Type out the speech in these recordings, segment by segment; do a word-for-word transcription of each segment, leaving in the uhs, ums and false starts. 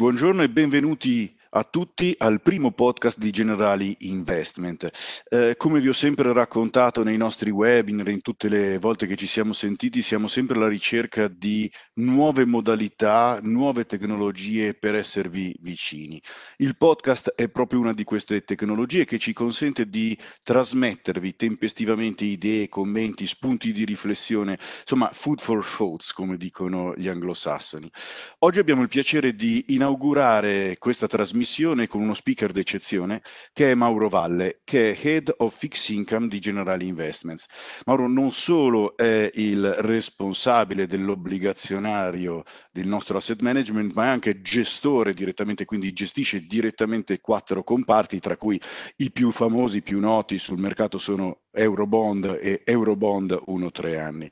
buongiorno e benvenuti a tutti al primo podcast di Generali Investment. Eh, come vi ho sempre raccontato nei nostri webinar, in tutte le volte che ci siamo sentiti, siamo sempre alla ricerca di nuove modalità, nuove tecnologie per esservi vicini. Il podcast è proprio una di queste tecnologie che ci consente di trasmettervi tempestivamente idee, commenti, spunti di riflessione, insomma food for thoughts, come dicono gli anglosassoni. Oggi abbiamo il piacere di inaugurare questa trasmissione con uno speaker d'eccezione che è Mauro Valle, che è Head of Fixed Income di Generali Investments. Mauro non solo è il responsabile dell'obbligazionario del nostro asset management, ma è anche gestore direttamente, quindi gestisce direttamente quattro comparti, tra cui i più famosi, i più noti sul mercato sono Eurobond e Eurobond uno tre anni.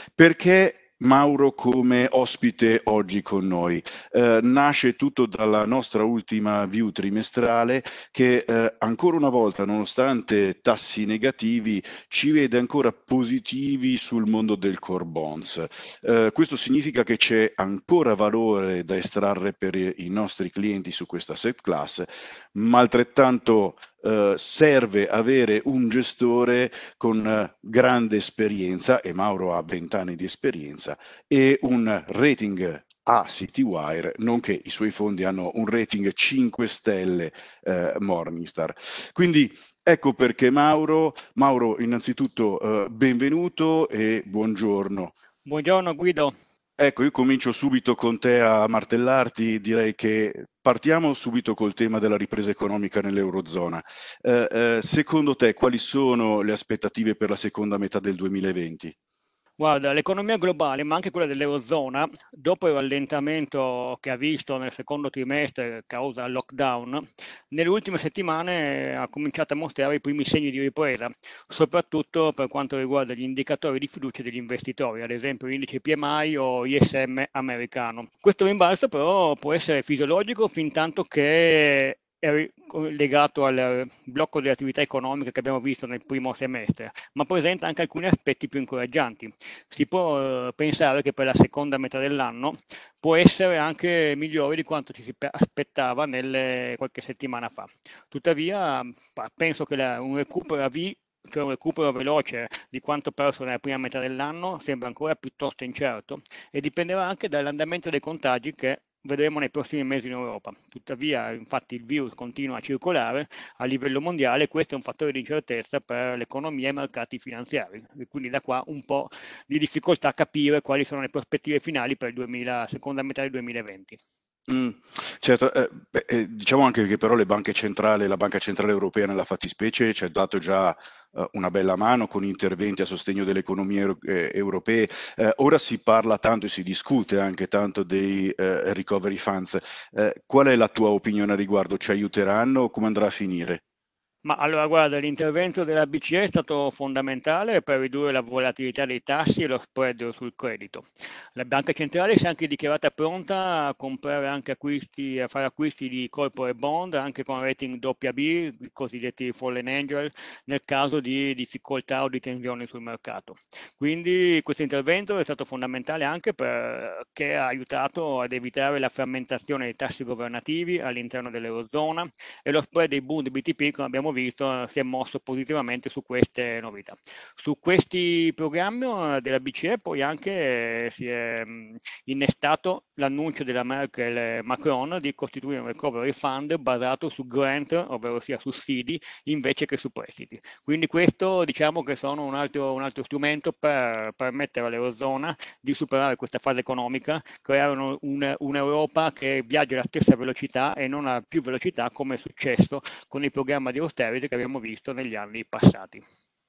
Perché Mauro come ospite oggi con noi? Eh, nasce tutto dalla nostra ultima view trimestrale che eh, ancora una volta, nonostante tassi negativi, ci vede ancora positivi sul mondo del core bonds. Eh, questo significa che c'è ancora valore da estrarre per i nostri clienti su questa asset class, ma altrettanto eh, serve avere un gestore con eh, grande esperienza, e Mauro ha venti anni di esperienza, e un rating a Citywire, nonché i suoi fondi hanno un rating cinque stelle eh, Morningstar. Quindi ecco perché Mauro, Mauro innanzitutto eh, benvenuto e buongiorno. Buongiorno Guido. Ecco, io comincio subito con te a martellarti, direi che partiamo subito col tema della ripresa economica nell'Eurozona. Eh, eh, secondo te quali sono le aspettative per la seconda metà del duemilaventi? Guarda, l'economia globale, ma anche quella dell'Eurozona, dopo il rallentamento che ha visto nel secondo trimestre causa lockdown, nelle ultime settimane ha cominciato a mostrare i primi segni di ripresa, soprattutto per quanto riguarda gli indicatori di fiducia degli investitori, ad esempio l'indice P M I o I S M americano. Questo rimbalzo però può essere fisiologico fintanto che è legato al blocco delle attività economiche che abbiamo visto nel primo semestre, ma presenta anche alcuni aspetti più incoraggianti. Si può eh, pensare che per la seconda metà dell'anno può essere anche migliore di quanto ci si aspettava nelle, qualche settimana fa. Tuttavia, penso che la, un recupero a V, cioè un recupero veloce di quanto perso nella prima metà dell'anno, sembra ancora piuttosto incerto e dipenderà anche dall'andamento dei contagi che vedremo nei prossimi mesi in Europa. Tuttavia, infatti, il virus continua a circolare a livello mondiale e questo è un fattore di incertezza per l'economia e i mercati finanziari. E quindi da qua un po' di difficoltà a capire quali sono le prospettive finali per il duemila, seconda metà del duemilaventi. Mm, certo, eh, beh, eh, diciamo anche che però le banche centrali, la Banca Centrale Europea nella fattispecie ci ha dato già eh, una bella mano con interventi a sostegno delle economie euro- eh, europee. Eh, ora si parla tanto e si discute anche tanto dei eh, recovery funds. Eh, qual è la tua opinione a riguardo? Ci aiuteranno o come andrà a finire? Ma allora guarda, l'intervento della B C E è stato fondamentale per ridurre la volatilità dei tassi e lo spread sul credito. La Banca Centrale si è anche dichiarata pronta a comprare anche acquisti, a fare acquisti di corporate bond, anche con rating doppia B, i cosiddetti fallen angel, nel caso di difficoltà o di tensioni sul mercato. Quindi questo intervento è stato fondamentale anche perché ha aiutato ad evitare la frammentazione dei tassi governativi all'interno dell'Eurozona e lo spread dei Bund B T P, come abbiamo visto, si è mosso positivamente su queste novità. Su questi programmi della B C E poi anche si è innestato l'annuncio della Merkel Macron di costituire un recovery fund basato su grant, ovvero sia sussidi, invece che su prestiti. Quindi questo diciamo che sono un altro, un altro strumento per permettere all'Eurozona di superare questa fase economica, creare un, un, un'Europa che viaggia alla stessa velocità e non a più velocità come è successo con il programma di austerity che abbiamo visto negli anni passati.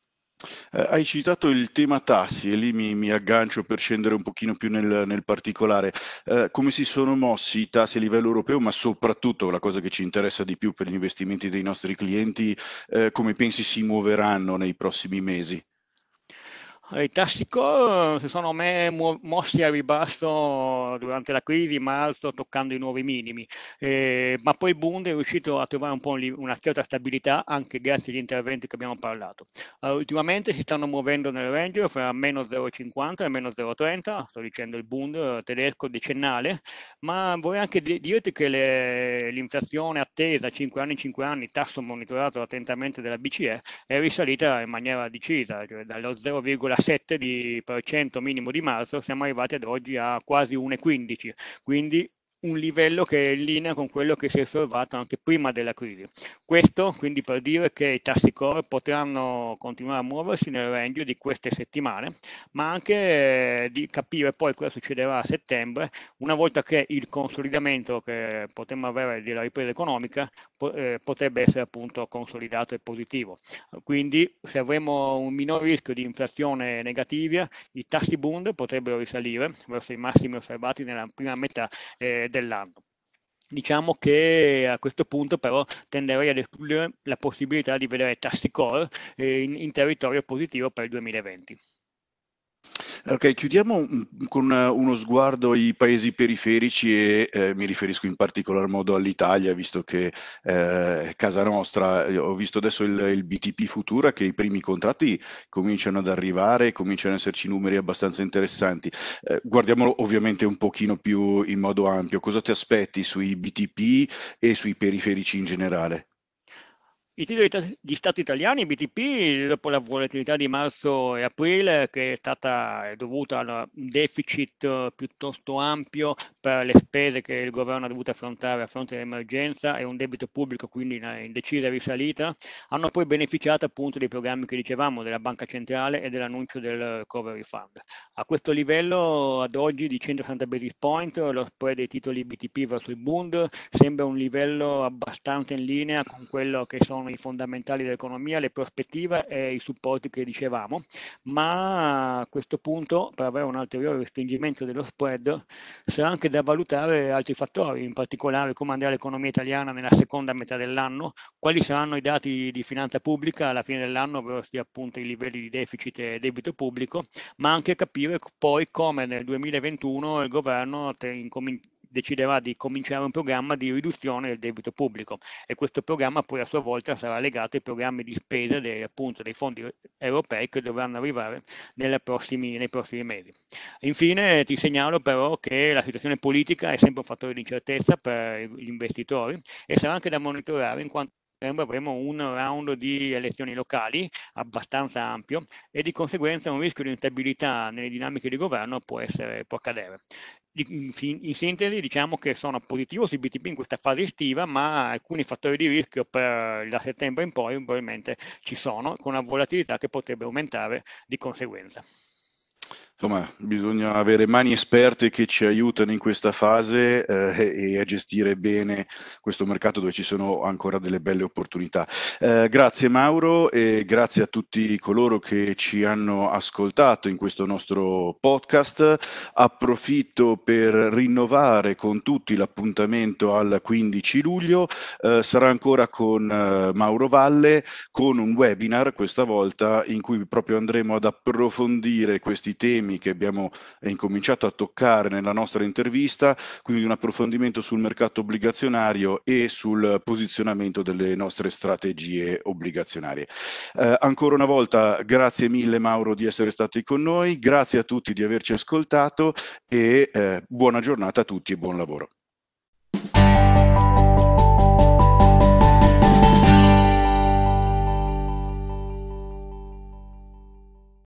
Eh, hai citato il tema tassi e lì mi, mi aggancio per scendere un pochino più nel, nel particolare. Eh, come si sono mossi i tassi a livello europeo, ma soprattutto la cosa che ci interessa di più per gli investimenti dei nostri clienti, eh, come pensi si muoveranno nei prossimi mesi? I tassi core si sono me- mo- mossi a ribasso durante la crisi, marzo, toccando i nuovi minimi. Eh, ma poi il Bund è riuscito a trovare un po' un li- una certa stabilità anche grazie agli interventi che abbiamo parlato. Allora, ultimamente si stanno muovendo nel range fra meno zero virgola cinquanta e meno zero virgola trenta, sto dicendo il Bund eh, tedesco decennale, ma vorrei anche di- dirti che le- l'inflazione attesa cinque anni, cinque anni, tasso monitorato attentamente dalla B C E, è risalita in maniera decisa, cioè dallo zero virgola sette di per cento minimo di marzo siamo arrivati ad oggi a quasi uno virgola quindici, quindi un livello che è in linea con quello che si è osservato anche prima della crisi. Questo quindi per dire che i tassi core potranno continuare a muoversi nel range di queste settimane, ma anche eh, di capire poi cosa succederà a settembre, una volta che il consolidamento che potremmo avere della ripresa economica po- eh, potrebbe essere appunto consolidato e positivo. Quindi se avremo un minor rischio di inflazione negativa, i tassi Bund potrebbero risalire verso i massimi osservati nella prima metà eh, dell'anno. Diciamo che a questo punto però tenderei ad escludere la possibilità di vedere tassi core eh, in, in territorio positivo per il duemilaventi. Ok, chiudiamo un- con eh, uno sguardo ai paesi periferici e eh, mi riferisco in particolar modo all'Italia, visto che eh, è casa nostra. Eh, Ho visto adesso il, il B T P Futura che i primi contratti cominciano ad arrivare, cominciano ad esserci numeri abbastanza interessanti. Eh, guardiamolo ovviamente un pochino più in modo ampio. Cosa ti aspetti sui B T P e sui periferici in generale? I titoli ita- di Stato italiani, B T P, dopo la volatilità di marzo e aprile, che è stata è dovuta a un deficit eh, piuttosto ampio per le spese che il governo ha dovuto affrontare a fronte dell'emergenza e un debito pubblico quindi in, in decisa risalita, hanno poi beneficiato appunto dei programmi che dicevamo della Banca Centrale e dell'annuncio del Recovery Fund. A questo livello, ad oggi, di centosessanta basis point, lo spread dei titoli B T P verso il Bund sembra un livello abbastanza in linea con quello che sono i fondamentali dell'economia, le prospettive e i supporti che dicevamo, ma a questo punto per avere un ulteriore restringimento dello spread sarà anche da valutare altri fattori, in particolare come andrà l'economia italiana nella seconda metà dell'anno, quali saranno i dati di finanza pubblica alla fine dell'anno, ovvero sia appunto i livelli di deficit e debito pubblico, ma anche capire poi come nel duemilaventuno il governo te- incomin- deciderà di cominciare un programma di riduzione del debito pubblico e questo programma poi a sua volta sarà legato ai programmi di spesa dei, appunto, dei fondi europei che dovranno arrivare prossimi, nei prossimi mesi. Infine ti segnalo però che la situazione politica è sempre un fattore di incertezza per gli investitori e sarà anche da monitorare in quanto avremo un round di elezioni locali abbastanza ampio e di conseguenza un rischio di instabilità nelle dinamiche di governo può, essere, può accadere. In, in sintesi diciamo che sono positivo sui B T P in questa fase estiva, ma alcuni fattori di rischio per da settembre in poi probabilmente ci sono, con una volatilità che potrebbe aumentare di conseguenza. Insomma, bisogna avere mani esperte che ci aiutano in questa fase eh, e a gestire bene questo mercato dove ci sono ancora delle belle opportunità. Eh, grazie Mauro e grazie a tutti coloro che ci hanno ascoltato in questo nostro podcast. Approfitto per rinnovare con tutti l'appuntamento al quindici luglio. Eh, sarà ancora con eh, Mauro Valle con un webinar questa volta in cui proprio andremo ad approfondire questi temi che abbiamo incominciato a toccare nella nostra intervista, quindi un approfondimento sul mercato obbligazionario e sul posizionamento delle nostre strategie obbligazionarie. Eh, ancora una volta grazie mille Mauro di essere stati con noi, grazie a tutti di averci ascoltato e eh, buona giornata a tutti e buon lavoro.